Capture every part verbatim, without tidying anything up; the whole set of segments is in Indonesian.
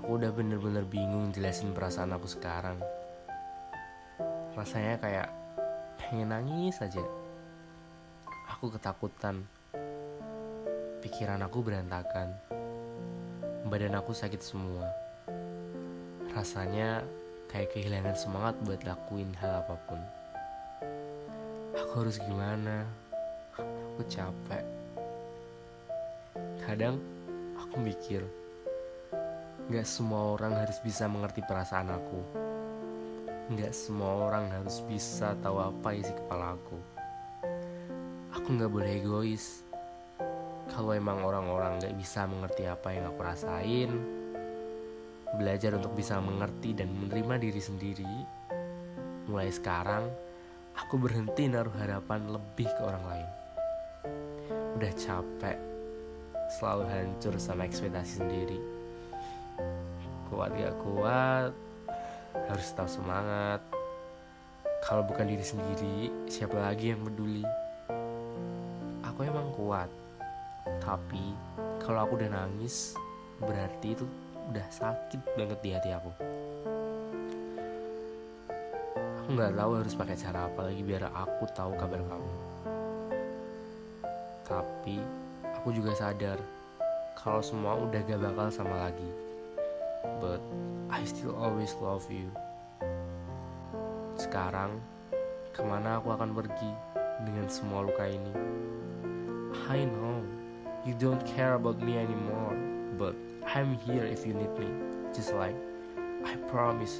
Aku udah bener-bener bingung jelasin perasaan aku sekarang. Rasanya kayak pengen nangis aja. Aku ketakutan. Pikiran aku berantakan. Badan aku sakit semua. Rasanya kayak kehilangan semangat buat lakuin hal apapun. Aku harus gimana? Aku capek. Kadang aku mikir, gak semua orang harus bisa mengerti perasaan aku. Gak semua orang harus bisa tahu apa isi kepala aku. Aku gak boleh egois. Kalau emang orang-orang gak bisa mengerti apa yang aku rasain, belajar untuk bisa mengerti dan menerima diri sendiri. Mulai sekarang, aku berhenti naruh harapan lebih ke orang lain. Udah capek selalu hancur sama ekspektasi sendiri. Kuat gak kuat, harus tetap semangat. Kalau bukan diri sendiri, siapa lagi yang peduli? Aku emang kuat, tapi kalau aku udah nangis, berarti itu udah sakit banget di hati aku. Aku gak tahu harus pakai cara apa lagi biar aku tahu kabar kamu. Tapi aku juga sadar kalau semua udah gak bakal sama lagi. But I still always love you. Sekarang, kemana aku akan pergi dengan semua luka ini? I know you don't care about me anymore, but I'm here if you need me. Just like I promise.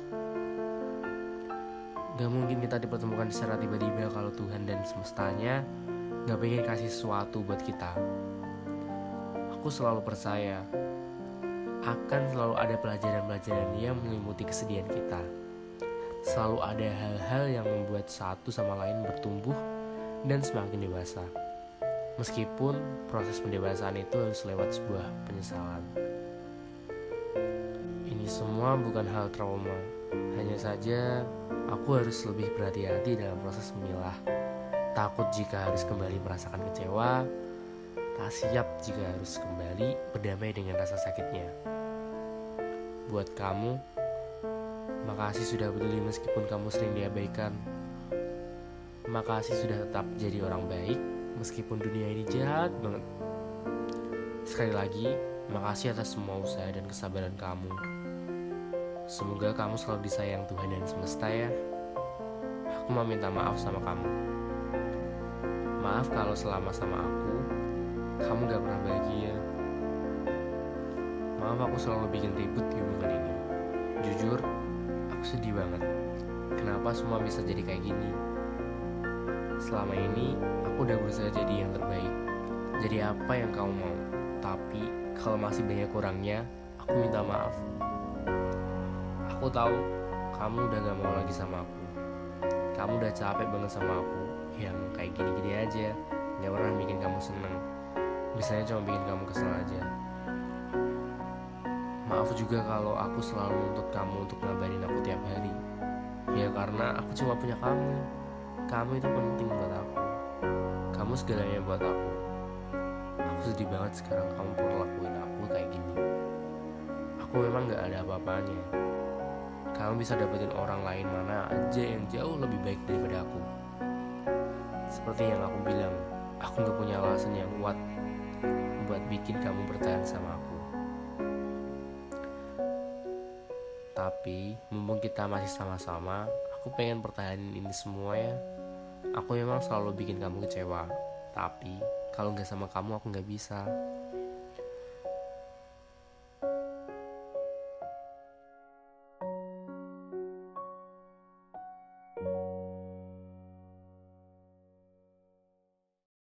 Gak mungkin kita dipertemukan secara tiba-tiba kalau Tuhan dan semestanya gak pengen kasih sesuatu buat kita. Aku selalu percaya akan selalu ada pelajaran-pelajaran yang meliputi kesedihan kita. Selalu ada hal-hal yang membuat satu sama lain bertumbuh dan semakin dewasa. Meskipun proses pendewasaan itu harus lewat sebuah penyesalan. Ini semua bukan hal trauma. Hanya saja aku harus lebih berhati-hati dalam proses memilah. Takut jika harus kembali merasakan kecewa, tak siap jika harus kembali berdamai dengan rasa sakitnya. Buat kamu, makasih sudah peduli meskipun kamu sering diabaikan. Makasih sudah tetap jadi orang baik meskipun dunia ini jahat banget. Sekali lagi, makasih atas semua usaha dan kesabaran kamu. Semoga kamu selalu disayang Tuhan dan semesta ya. Aku mau minta maaf sama kamu. Maaf kalau selama sama aku kamu gak pernah bahagia. Maaf aku selalu bikin ribut di hubungan ini. Jujur, aku sedih banget. Kenapa semua bisa jadi kayak gini? Selama ini aku udah berusaha jadi yang terbaik, jadi apa yang kamu mau. Tapi kalau masih banyak kurangnya, aku minta maaf. Aku tahu kamu udah gak mau lagi sama aku. Kamu udah capek banget sama aku yang kayak gini-gini aja, gak pernah bikin kamu seneng. Biasanya cuma bikin kamu kesel aja. Maaf juga kalau aku selalu nuntut kamu untuk ngabarin aku tiap hari. Ya karena aku cuma punya kamu. Kamu itu penting buat aku. Kamu segalanya buat aku. Aku sedih banget sekarang kamu perlakuin aku kayak gini. Aku memang gak ada apa-apanya. Kamu bisa dapetin orang lain mana aja yang jauh lebih baik daripada aku. Seperti yang aku bilang, aku gak punya alasan yang kuat buat bikin kamu bertahan sama aku. Tapi mumpung kita masih sama-sama, aku pengen pertahanin ini semua ya. Aku memang selalu bikin kamu kecewa, tapi kalau gak sama kamu aku gak bisa.